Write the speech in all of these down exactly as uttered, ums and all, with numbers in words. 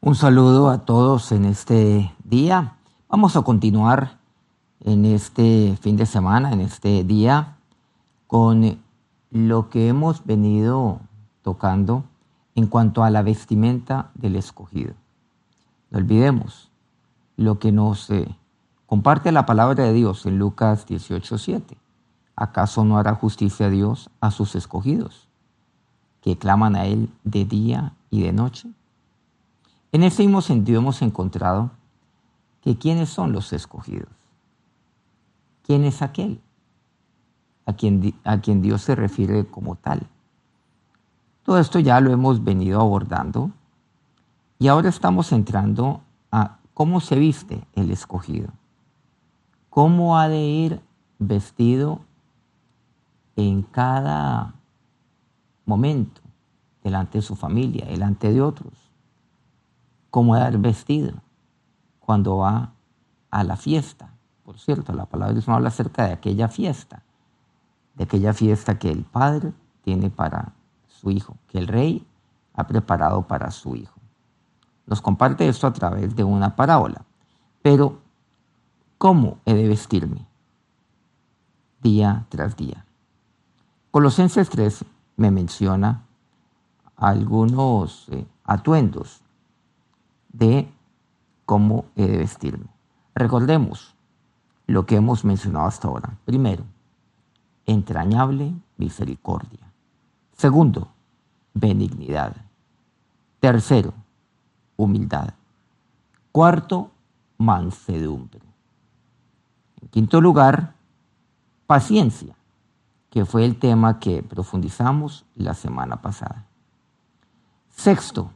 Un saludo a todos en este día. Vamos a continuar en este fin de semana, en este día, con lo que hemos venido tocando en cuanto a la vestimenta del escogido. No olvidemos lo que nos eh, comparte la palabra de Dios en Lucas dieciocho siete. ¿Acaso no hará justicia a Dios a sus escogidos, que claman a Él de día y de noche? En ese mismo sentido hemos encontrado que ¿quiénes son los escogidos? ¿Quién es aquel a quien, a quien Dios se refiere como tal? Todo esto ya lo hemos venido abordando y ahora estamos entrando a cómo se viste el escogido. ¿Cómo ha de ir vestido en cada momento delante de su familia, delante de otros? ¿Cómo ha de ir vestido cuando va a la fiesta? Por cierto, la palabra de Dios nos habla acerca de aquella fiesta, de aquella fiesta que el padre tiene para su hijo, que el rey ha preparado para su hijo. Nos comparte esto a través de una parábola. Pero, ¿cómo he de vestirme día tras día? Colosenses tres me menciona algunos eh, atuendos de cómo he de vestirme. Recordemos lo que hemos mencionado hasta ahora. Primero, entrañable misericordia. Segundo, benignidad. Tercero, humildad. Cuarto, mansedumbre. En quinto lugar, paciencia, que fue el tema que profundizamos la semana pasada. Sexto,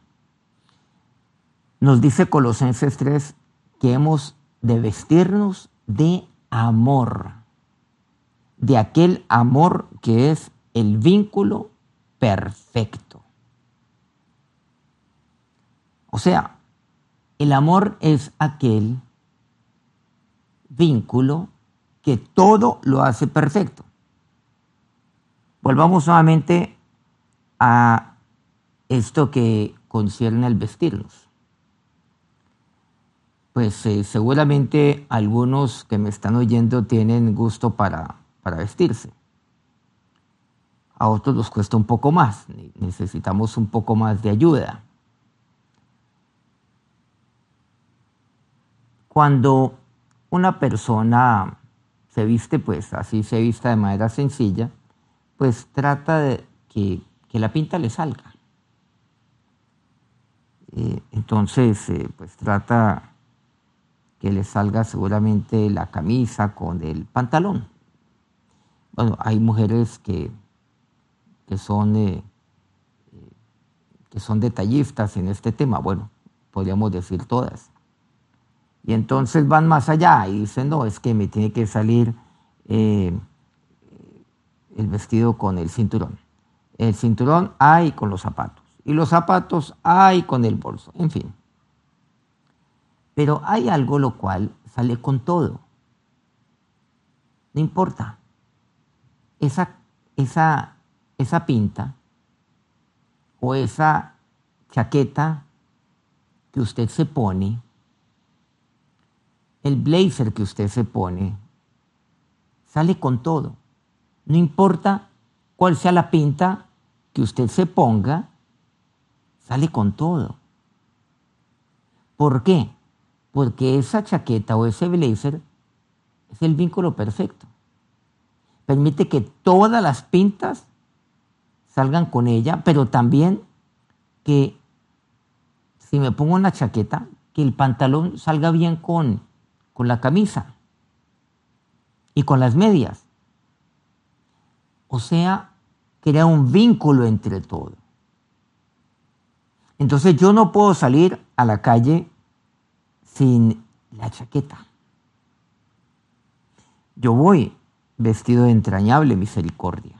nos dice Colosenses tres que hemos de vestirnos de amor, de aquel amor que es el vínculo perfecto. O sea, el amor es aquel vínculo que todo lo hace perfecto. Volvamos nuevamente a esto que concierne al vestirnos. Pues eh, seguramente algunos que me están oyendo tienen gusto para, para vestirse. A otros les cuesta un poco más, necesitamos un poco más de ayuda. Cuando una persona se viste, pues así se vista de manera sencilla, pues trata de que, que la pinta le salga. Eh, entonces, eh, pues trata que le salga seguramente la camisa con el pantalón. Bueno, hay mujeres que, que, son, eh, que son detallistas en este tema, bueno, podríamos decir todas. Y entonces van más allá y dicen, no, es que me tiene que salir eh, el vestido con el cinturón. El cinturón hay con los zapatos. Y los zapatos hay con el bolso, en fin. Pero hay algo lo cual sale con todo. No importa. Esa, esa, esa pinta o esa chaqueta que usted se pone, el blazer que usted se pone, sale con todo. No importa cuál sea la pinta que usted se ponga, sale con todo. ¿Por qué? Porque esa chaqueta o ese blazer es el vínculo perfecto. Permite que todas las pintas salgan con ella, pero también que si me pongo una chaqueta, que el pantalón salga bien con, con la camisa y con las medias. O sea, crea un vínculo entre todo. Entonces yo no puedo salir a la calle sin la chaqueta. Yo voy vestido de entrañable misericordia.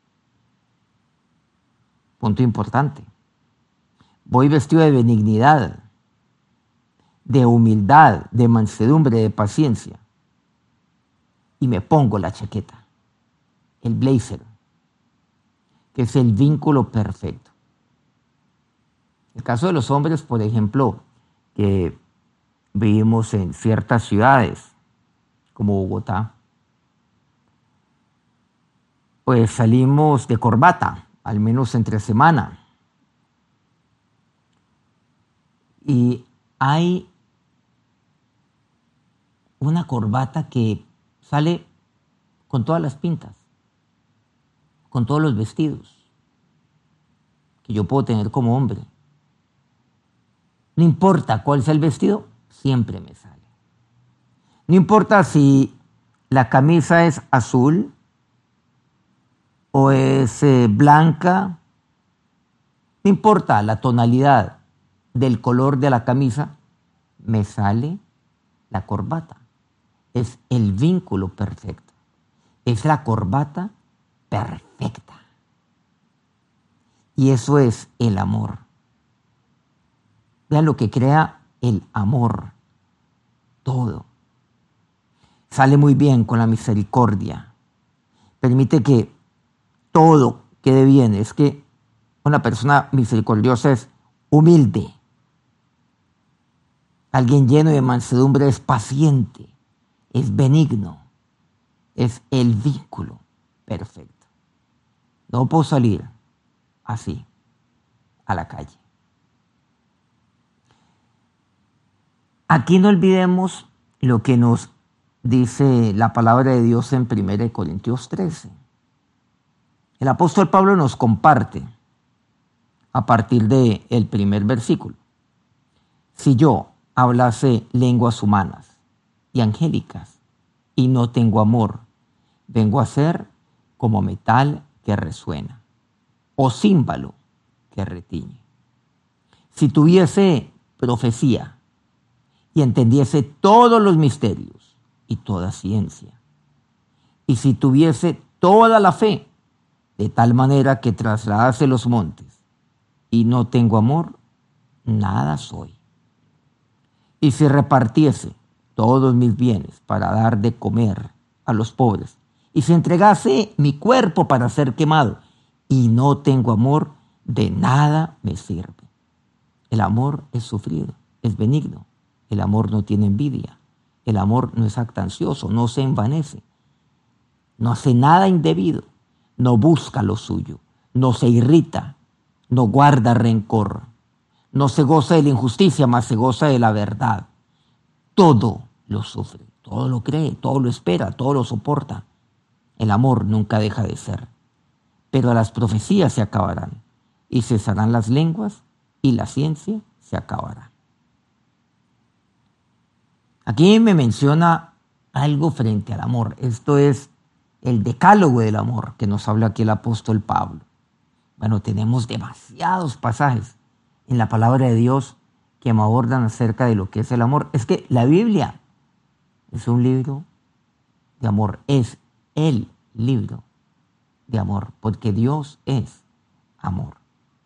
Punto importante. Voy vestido de benignidad, de humildad, de mansedumbre, de paciencia. Y me pongo la chaqueta, el blazer, que es el vínculo perfecto. En el caso de los hombres, por ejemplo, que vivimos en ciertas ciudades, como Bogotá, pues salimos de corbata, al menos entre semana. Y hay una corbata que sale con todas las pintas, con todos los vestidos que yo puedo tener como hombre. No importa cuál sea el vestido, siempre me sale. No importa si la camisa es azul o es eh, blanca, no importa la tonalidad del color de la camisa, me sale la corbata. Es el vínculo perfecto. Es la corbata perfecta. Y eso es el amor. Vean lo que crea el amor. Todo. Sale muy bien con la misericordia. Permite que todo quede bien. Es que una persona misericordiosa es humilde. Alguien lleno de mansedumbre es paciente, es benigno, es el vínculo perfecto. No puedo salir así a la calle. Aquí no olvidemos lo que nos dice la palabra de Dios en primera Corintios trece. El apóstol Pablo nos comparte a partir del primer versículo. Si yo hablase lenguas humanas y angélicas y no tengo amor, vengo a ser como metal que resuena o címbalo que retiñe. Si tuviese profecía y entendiese todos los misterios y toda ciencia, y si tuviese toda la fe, de tal manera que trasladase los montes, y no tengo amor, nada soy. Y si repartiese todos mis bienes para dar de comer a los pobres, y si entregase mi cuerpo para ser quemado, y no tengo amor, de nada me sirve. El amor es sufrido, es benigno. El amor no tiene envidia. El amor no es jactancioso, no se envanece. No hace nada indebido. No busca lo suyo. No se irrita. No guarda rencor. No se goza de la injusticia, mas se goza de la verdad. Todo lo sufre, todo lo cree, todo lo espera, todo lo soporta. El amor nunca deja de ser. Pero las profecías se acabarán, y cesarán las lenguas, y la ciencia se acabará. Aquí me menciona algo frente al amor. Esto es el decálogo del amor que nos habla aquí el apóstol Pablo. Bueno, tenemos demasiados pasajes en la palabra de Dios que me abordan acerca de lo que es el amor. Es que la Biblia es un libro de amor, es el libro de amor, porque Dios es amor.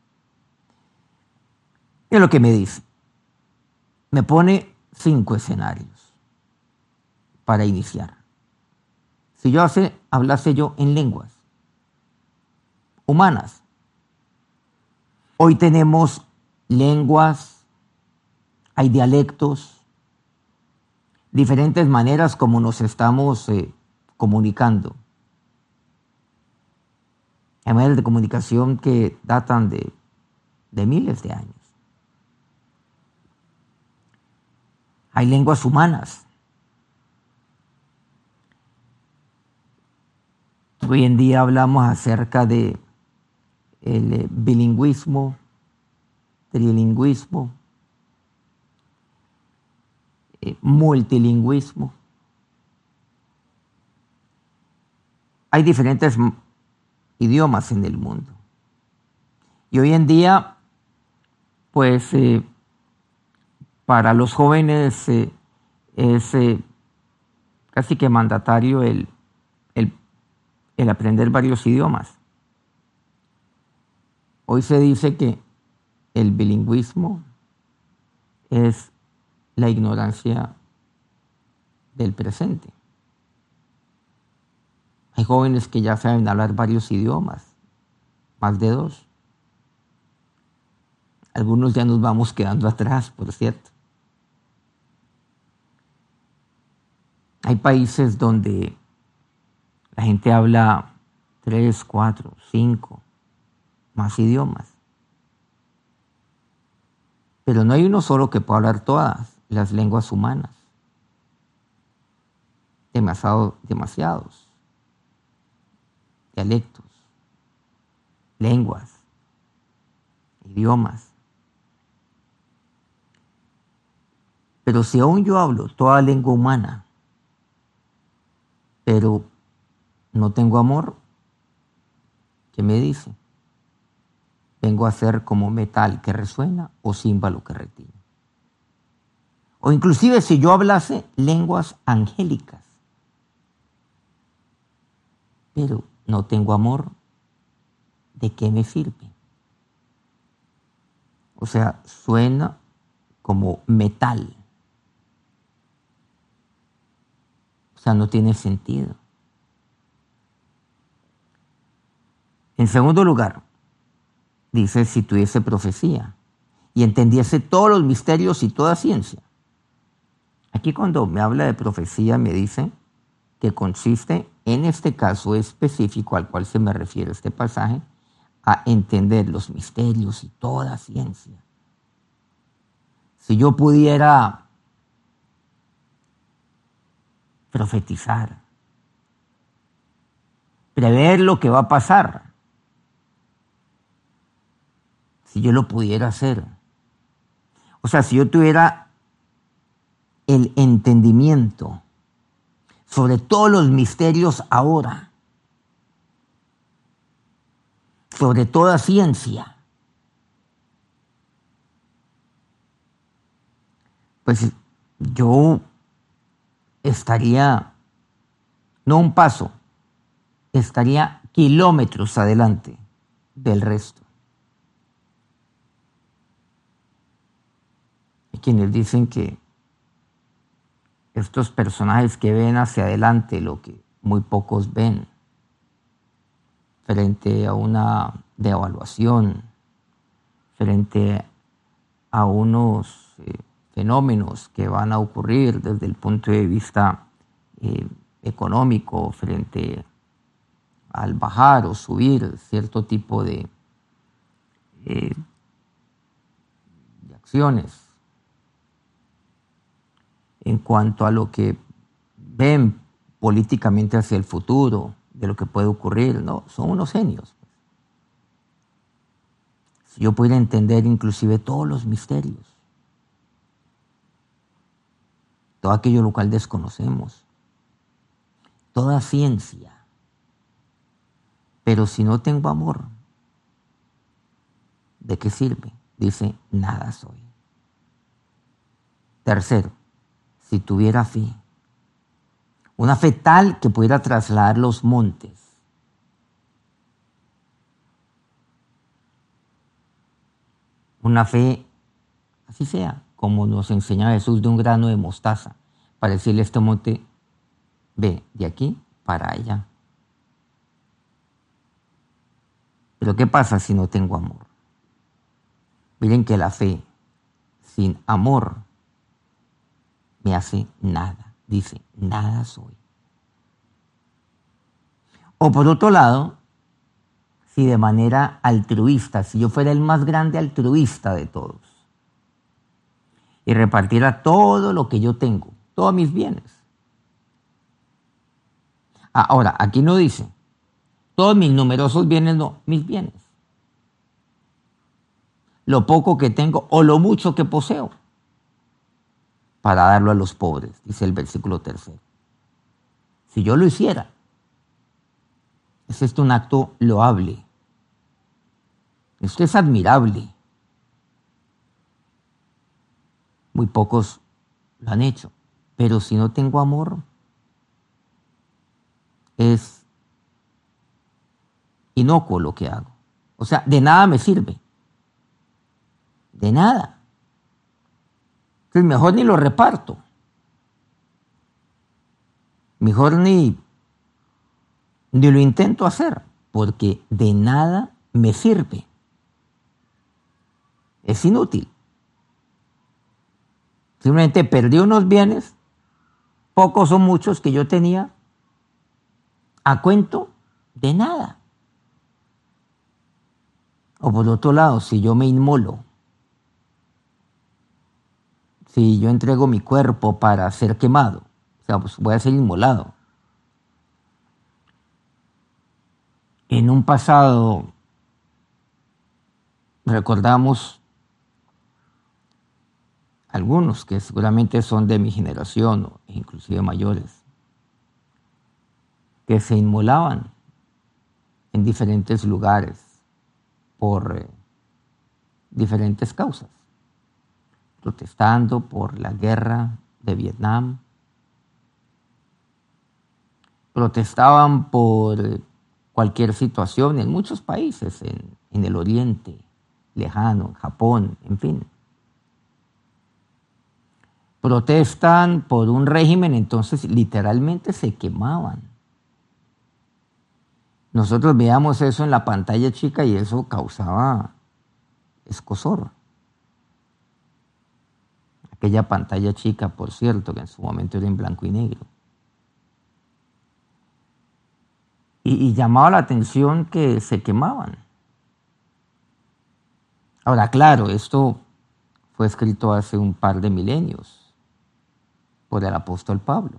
Es lo que me dice. Me pone cinco escenarios para iniciar. Si yo hace, hablase yo en lenguas humanas, hoy tenemos lenguas, hay dialectos, diferentes maneras como nos estamos eh, comunicando. Hay maneras de comunicación que datan de, de miles de años. Hay lenguas humanas. Hoy en día hablamos acerca de el bilingüismo, trilingüismo, eh, multilingüismo. Hay diferentes idiomas en el mundo. Y hoy en día, pues, eh, para los jóvenes eh, es eh, casi que mandatario el, el, el aprender varios idiomas. Hoy se dice que el bilingüismo es la ignorancia del presente. Hay jóvenes que ya saben hablar varios idiomas, más de dos. Algunos ya nos vamos quedando atrás, por cierto. Hay países donde la gente habla tres, cuatro, cinco, más idiomas. Pero no hay uno solo que pueda hablar todas las lenguas humanas. Demasiado, demasiados dialectos, lenguas, idiomas. Pero si aún yo hablo toda lengua humana, pero no tengo amor, ¿qué me dice? Vengo a ser como metal que resuena o címbalo que retiñe. O inclusive si yo hablase lenguas angélicas, pero no tengo amor, ¿de qué me sirve? O sea, suena como metal. O sea, no tiene sentido. En segundo lugar, dice, si tuviese profecía y entendiese todos los misterios y toda ciencia. Aquí cuando me habla de profecía me dice que consiste, en este caso específico al cual se me refiere este pasaje, a entender los misterios y toda ciencia. Si yo pudiera profetizar, prever lo que va a pasar, si yo lo pudiera hacer, o sea, si yo tuviera el entendimiento sobre todos los misterios ahora, sobre toda ciencia, pues yo estaría, no un paso, estaría kilómetros adelante del resto. Hay quienes dicen que estos personajes que ven hacia adelante lo que muy pocos ven frente a una devaluación, frente a unos eh, fenómenos que van a ocurrir desde el punto de vista eh, económico, frente al bajar o subir cierto tipo de, eh, de acciones. En cuanto a lo que ven políticamente hacia el futuro, de lo que puede ocurrir, no, son unos genios. Si yo pudiera entender inclusive todos los misterios, todo aquello lo cual desconocemos, toda ciencia, pero si no tengo amor, ¿de qué sirve? Dice, nada soy. Tercero, si tuviera fe, una fe tal que pudiera trasladar los montes. Una fe, así sea, como nos enseña Jesús, de un grano de mostaza, para decirle a este monte, ve de aquí para allá. Pero ¿qué pasa si no tengo amor? Miren que la fe sin amor me hace nada. Dice, nada soy. O por otro lado, si de manera altruista, si yo fuera el más grande altruista de todos y repartiera todo lo que yo tengo, todos mis bienes. Ahora, aquí no dice, todos mis numerosos bienes, no, mis bienes. Lo poco que tengo o lo mucho que poseo, para darlo a los pobres, dice el versículo tercero. Si yo lo hiciera, es esto un acto loable. Esto es admirable. Muy pocos lo han hecho. Pero si no tengo amor, es inocuo lo que hago. O sea, de nada me sirve. De nada. Entonces mejor ni lo reparto. Mejor ni, ni lo intento hacer, porque de nada me sirve. Es inútil. Simplemente perdí unos bienes pocos o muchos que yo tenía, a cuento de nada. O por otro lado, si yo me inmolo, si yo entrego mi cuerpo para ser quemado, o sea, pues voy a ser inmolado. En un pasado, recordamos algunos que seguramente son de mi generación o inclusive mayores, que se inmolaban en diferentes lugares por eh, diferentes causas, protestando por la guerra de Vietnam, protestaban por eh, cualquier situación en muchos países, en, en el Oriente Lejano, en Japón, en fin. Protestan por un régimen, entonces literalmente se quemaban. Nosotros veíamos eso en la pantalla chica y eso causaba escozor. Aquella pantalla chica, por cierto, que en su momento era en blanco y negro. Y, y llamaba la atención que se quemaban. Ahora, claro, esto fue escrito hace un par de milenios por el apóstol Pablo.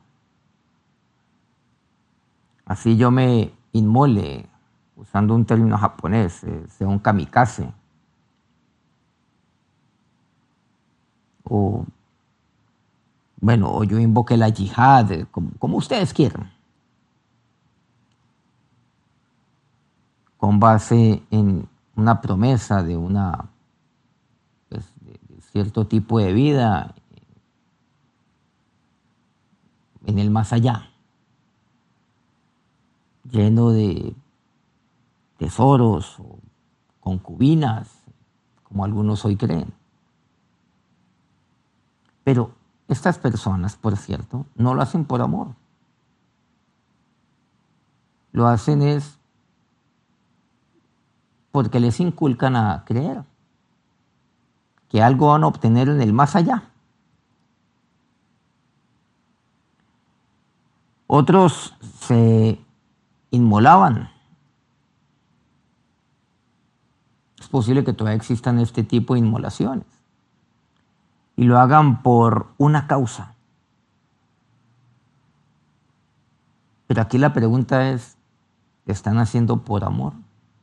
Así yo me inmole, usando un término japonés, eh, sea un kamikaze, o bueno, o yo invoque la yihad, eh, como, como ustedes quieran, con base en una promesa de una pues, de, de cierto tipo de vida en el más allá, lleno de tesoros o concubinas, como algunos hoy creen. Pero estas personas, por cierto, no lo hacen por amor. Lo hacen es porque les inculcan a creer que algo van a obtener en el más allá. Otros se inmolaban. Es posible que todavía existan este tipo de inmolaciones y lo hagan por una causa. Pero aquí la pregunta es, ¿lo están haciendo por amor?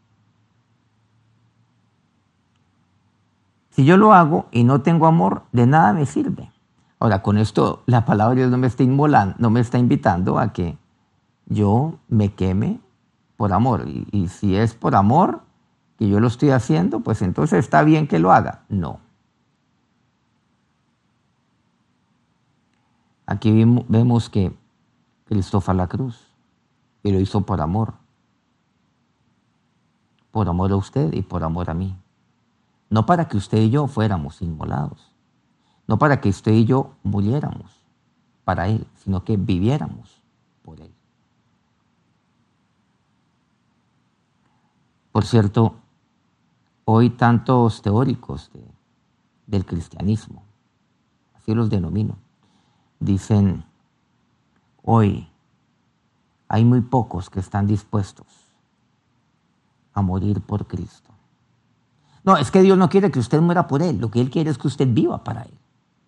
Si yo lo hago y no tengo amor, de nada me sirve. Ahora, con esto la palabra de Dios no me está inmolando, no me está invitando a que yo me queme por amor. Y, y si es por amor que yo lo estoy haciendo, pues entonces está bien que lo haga. No. Aquí vemos que Cristo fue a la cruz y lo hizo por amor. Por amor a usted y por amor a mí. No para que usted y yo fuéramos inmolados. No para que usted y yo muriéramos para Él, sino que viviéramos por Él. Por cierto, hoy tantos teóricos de, del cristianismo, así los denomino, dicen, hoy hay muy pocos que están dispuestos a morir por Cristo. No, es que Dios no quiere que usted muera por Él, lo que Él quiere es que usted viva para Él.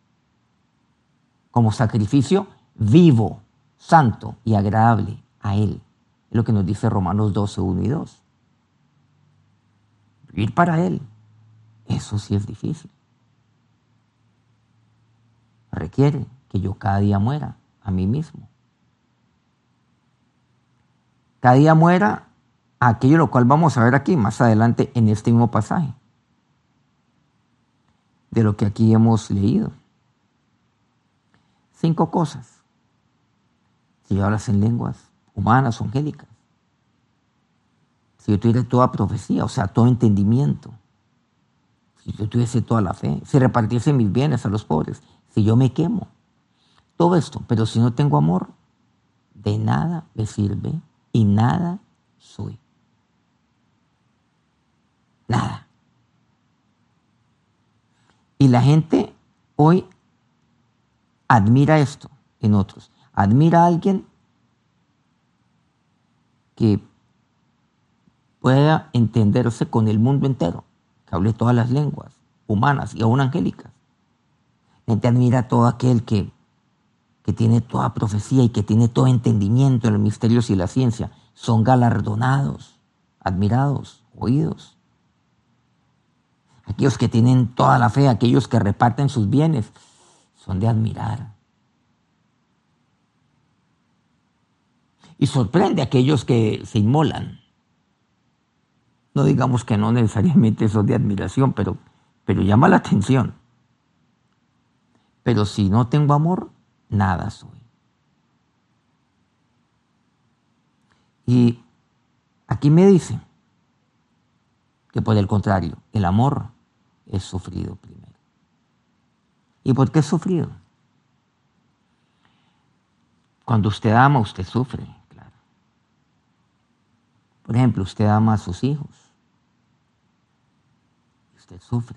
Como sacrificio vivo, santo y agradable a Él. Es lo que nos dice Romanos doce, uno y dos. Vivir para Él, eso sí es difícil. Requiere que yo cada día muera a mí mismo. Cada día muera a aquello lo cual vamos a ver aquí más adelante en este mismo pasaje, de lo que aquí hemos leído. Cinco cosas. Si yo hablas en lenguas humanas o angélicas, si yo tuviera toda profecía, o sea, todo entendimiento, si yo tuviese toda la fe, si repartiese mis bienes a los pobres, si yo me quemo, todo esto, pero si no tengo amor, de nada me sirve y nada soy. Nada. Y la gente hoy admira esto en otros. admira a alguien que pueda entenderse con el mundo entero, que hable todas las lenguas humanas y aún angélicas. La gente admira a todo aquel que, que tiene toda profecía y que tiene todo entendimiento en los misterios y la ciencia. Son galardonados, admirados, oídos. Aquellos que tienen toda la fe, aquellos que reparten sus bienes, son de admirar. Y sorprende a aquellos que se inmolan. No digamos que no necesariamente son de admiración, pero, pero llama la atención. Pero si no tengo amor, nada soy. Y aquí me dice que por el contrario, el amor es sufrido primero. ¿Y por qué es sufrido? Cuando usted ama, usted sufre, claro. Por ejemplo, usted ama a sus hijos. Usted sufre.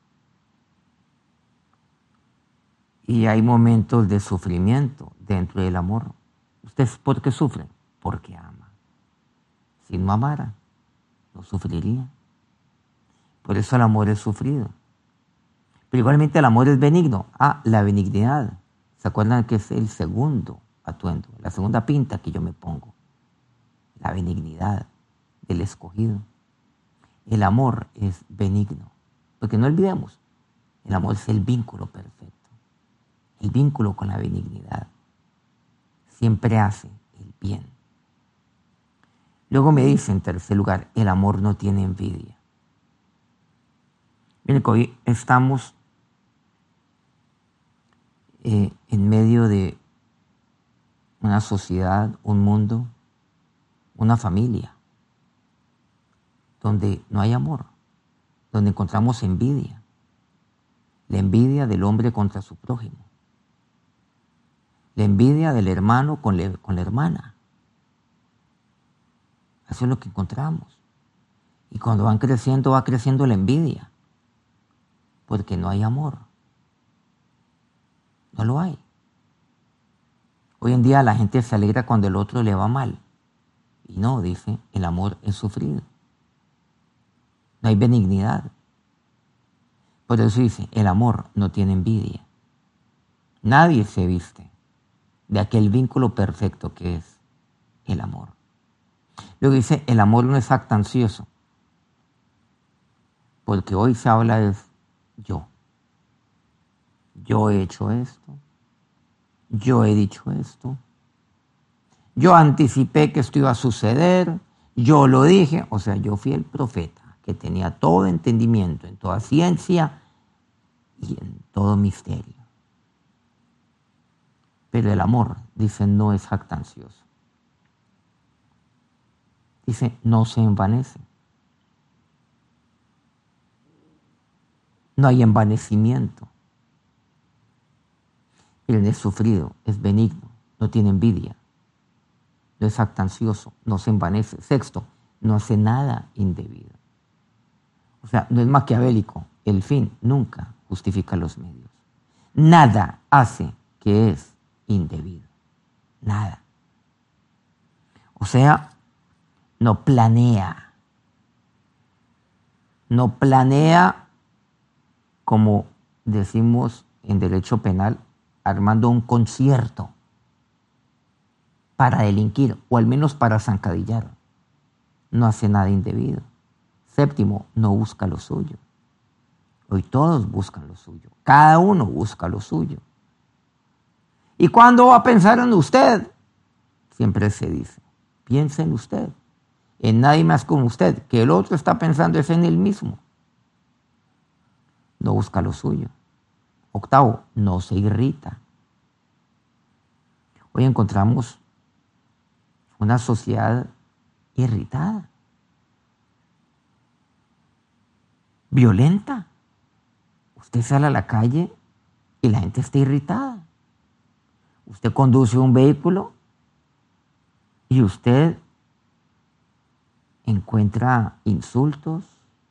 Y hay momentos de sufrimiento dentro del amor. ¿Usted por qué sufre? Porque ama. Si no amara, no sufriría. Por eso el amor es sufrido. Pero igualmente el amor es benigno. Ah, la benignidad. ¿Se acuerdan que es el segundo atuendo? La segunda pinta que yo me pongo. La benignidad del escogido. El amor es benigno. Porque no olvidemos, el amor es el vínculo perfecto. El vínculo con la benignidad. Siempre hace el bien. Luego me dice en tercer lugar, el amor no tiene envidia. Miren que hoy estamos eh, en medio de una sociedad, un mundo, una familia, donde no hay amor, donde encontramos envidia. La envidia del hombre contra su prójimo. La envidia del hermano con la, con la hermana. Eso es lo que encontramos. Y cuando van creciendo, va creciendo la envidia. Porque no hay amor. No lo hay. Hoy en día la gente se alegra cuando el otro le va mal. Y no, dice, el amor es sufrido. No hay benignidad. Por eso dice, el amor no tiene envidia. Nadie se viste de aquel vínculo perfecto que es el amor. Luego dice, el amor no es jactancioso. Porque hoy se habla de yo. Yo he hecho esto. Yo he dicho esto. Yo anticipé que esto iba a suceder. Yo lo dije. O sea, yo fui el profeta que tenía todo entendimiento en toda ciencia y en todo misterio. Pero el amor, dice, no es jactancioso. Dice, no se envanece. No hay envanecimiento. Miren, es sufrido, es benigno, no tiene envidia, no es jactancioso, no se envanece. Sexto, no hace nada indebido. O sea, no es maquiavélico. El fin nunca justifica los medios. Nada hace que es indebido. Nada. O sea, no planea. No planea, como decimos en derecho penal, armando un concierto para delinquir, o al menos para zancadillar. No hace nada indebido. Séptimo, no busca lo suyo. Hoy todos buscan lo suyo. Cada uno busca lo suyo. ¿Y cuándo va a pensar en usted? Siempre se dice, piensa en usted. En nadie más como usted. Que el otro está pensando es en él mismo. No busca lo suyo. Octavo, no se irrita. Hoy encontramos una sociedad irritada, violenta. Usted sale a la calle y la gente está irritada. Usted conduce un vehículo y usted encuentra insultos,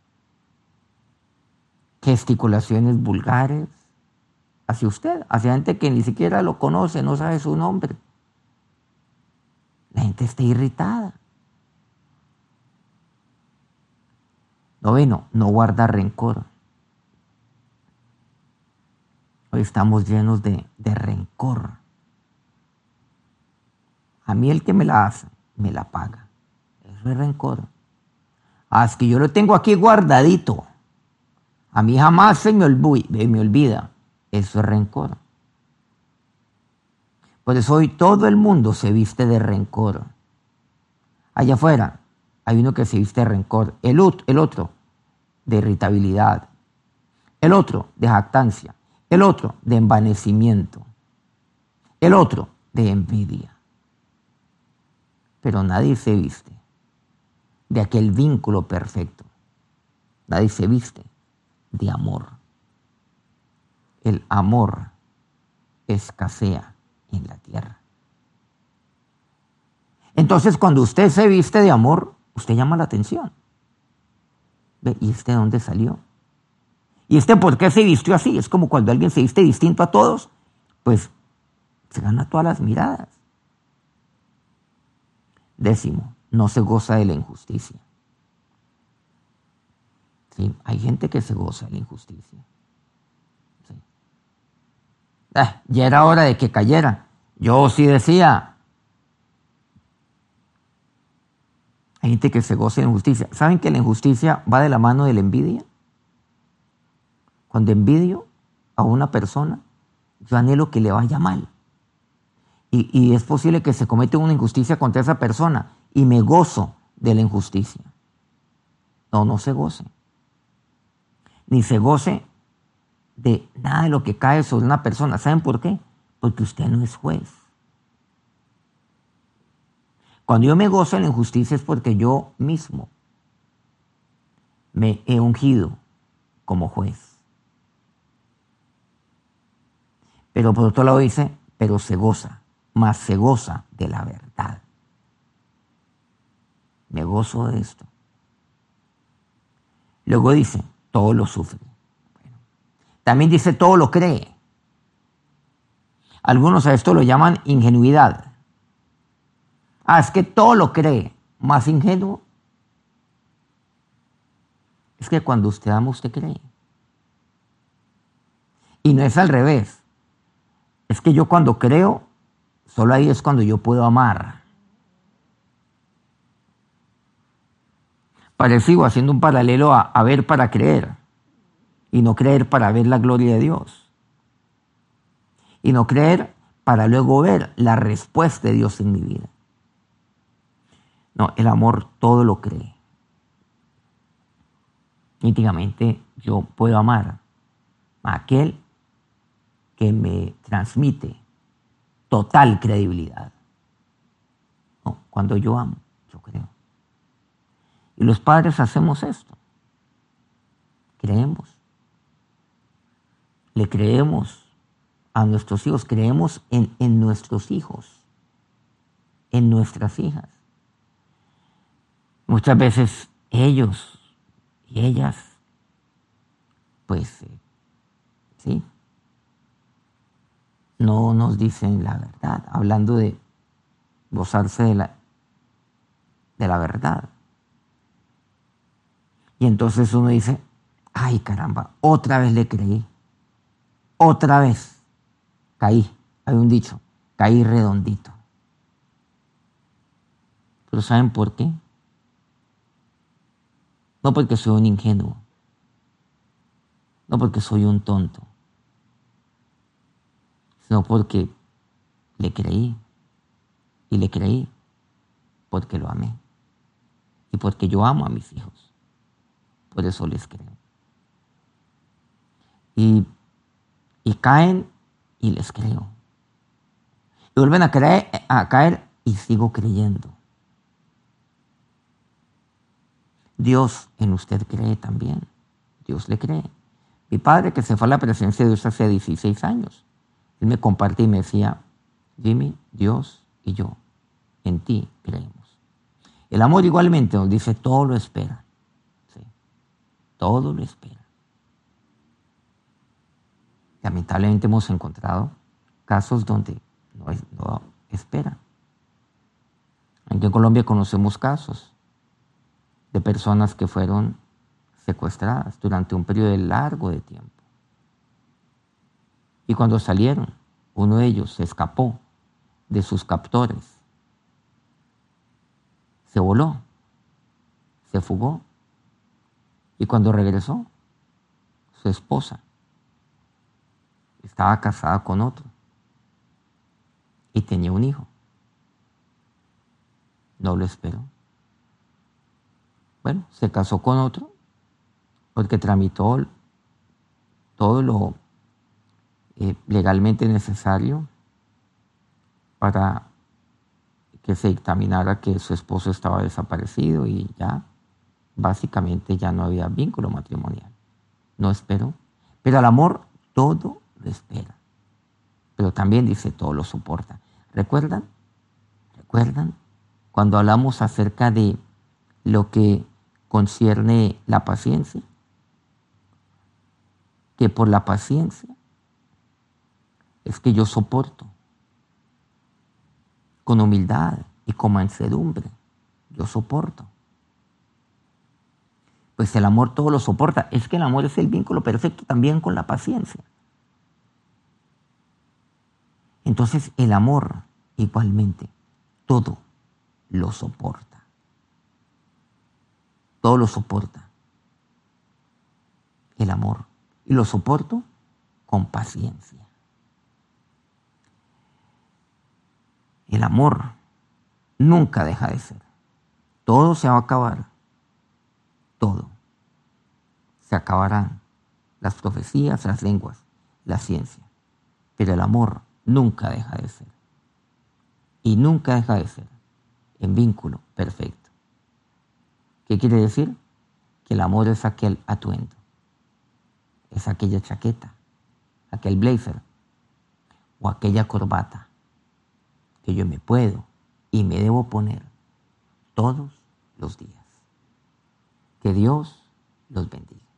gesticulaciones vulgares hacia usted, hacia gente que ni siquiera lo conoce, no sabe su nombre. gente está irritada. Noveno, no guarda rencor. Hoy estamos llenos de, de rencor. A mí el que me la hace, me la paga. Eso es rencor. Ah, es que yo lo tengo aquí guardadito. A mí jamás se me olvida. Me olvida. Eso es rencor. Por eso hoy todo el mundo se viste de rencor. Allá afuera hay uno que se viste de rencor. El otro, el otro de irritabilidad. El otro de jactancia. El otro de envanecimiento. El otro de envidia. Pero nadie se viste de aquel vínculo perfecto. Nadie se viste de amor. El amor escasea en la tierra. Entonces, cuando usted se viste de amor, usted llama la atención. ¿Ve? ¿Y este de dónde salió? ¿Y este por qué se vistió así? Es como cuando alguien se viste distinto a todos, pues se gana todas las miradas. Décimo, no se goza de la injusticia. ¿Sí? Hay gente que se goza de la injusticia. ¿Sí? Ah, ya era hora de que cayera. Yo sí decía. Hay gente que se goza de la injusticia. ¿Saben que la injusticia va de la mano de la envidia? Cuando envidio a una persona, yo anhelo que le vaya mal. Y, y es posible que se cometa una injusticia contra esa persona y me gozo de la injusticia. No, no se goce. Ni se goce de nada de lo que cae sobre una persona. ¿Saben por qué? Porque usted no es juez. Cuando yo me gozo de la injusticia es porque yo mismo me he ungido como juez. Pero por otro lado dice, pero se goza, más se goza de la verdad. Me gozo de esto. Luego dice, todo lo sufre. Bueno, también dice, todo lo cree. Algunos a esto lo llaman ingenuidad. Ah, es que todo lo cree. Más ingenuo es que cuando usted ama, usted cree. Y no es al revés. Es que yo cuando creo, solo ahí es cuando yo puedo amar. Parecido, haciendo un paralelo a, a ver para creer. Y no creer para ver la gloria de Dios. Y no creer para luego ver la respuesta de Dios en mi vida. No, el amor todo lo cree. Íntimamente yo puedo amar a aquel que me transmite total credibilidad. No, cuando yo amo, yo creo. Y los padres hacemos esto. Creemos. Le creemos a nuestros hijos, creemos en, en nuestros hijos, en nuestras hijas. Muchas veces ellos y ellas, pues, eh, sí, no nos dicen la verdad, hablando de gozarse de la, de la verdad. Y entonces uno dice, ay caramba, otra vez le creí, otra vez caí, hay un dicho, caí redondito. Pero ¿saben por qué? No porque soy un ingenuo, no porque soy un tonto, sino porque le creí. Y le creí porque lo amé. Y porque yo amo a mis hijos. Por eso les creo. Y, y caen y les creo. Y vuelven a, creer, a caer y sigo creyendo. Dios en usted cree también. Dios le cree. Mi padre, que se fue a la presencia de Dios hace dieciséis años, él me compartía y me decía, Jimmy, Dios y yo, en ti creemos. El amor igualmente nos dice, todo lo espera. ¿Sí? Todo lo espera. Lamentablemente hemos encontrado casos donde no, es, no espera. Aquí en Colombia conocemos casos de personas que fueron secuestradas durante un periodo largo de tiempo. Y cuando salieron, uno de ellos se escapó de sus captores, se voló, se fugó. Y cuando regresó, su esposa estaba casada con otro y tenía un hijo. No lo esperó. Bueno, se casó con otro porque tramitó todo lo eh, legalmente necesario para que se dictaminara que su esposo estaba desaparecido y ya básicamente ya no había vínculo matrimonial. No esperó. Pero el amor todo lo espera. Pero también dice todo lo soporta. ¿Recuerdan? ¿Recuerdan? Cuando hablamos acerca de lo que concierne la paciencia, que por la paciencia es que yo soporto con humildad y con mansedumbre. Yo soporto. Pues el amor todo lo soporta. Es que el amor es el vínculo perfecto también con la paciencia. Entonces el amor igualmente todo lo soporta. Todo lo soporta. El amor. Y lo soporto con paciencia. El amor nunca deja de ser. Todo se va a acabar. Todo. Se acabarán las profecías, las lenguas, la ciencia. Pero el amor nunca deja de ser. Y nunca deja de ser en vínculo perfecto. ¿Qué quiere decir? Que el amor es aquel atuendo, es aquella chaqueta, aquel blazer o aquella corbata que yo me puedo y me debo poner todos los días. Que Dios los bendiga.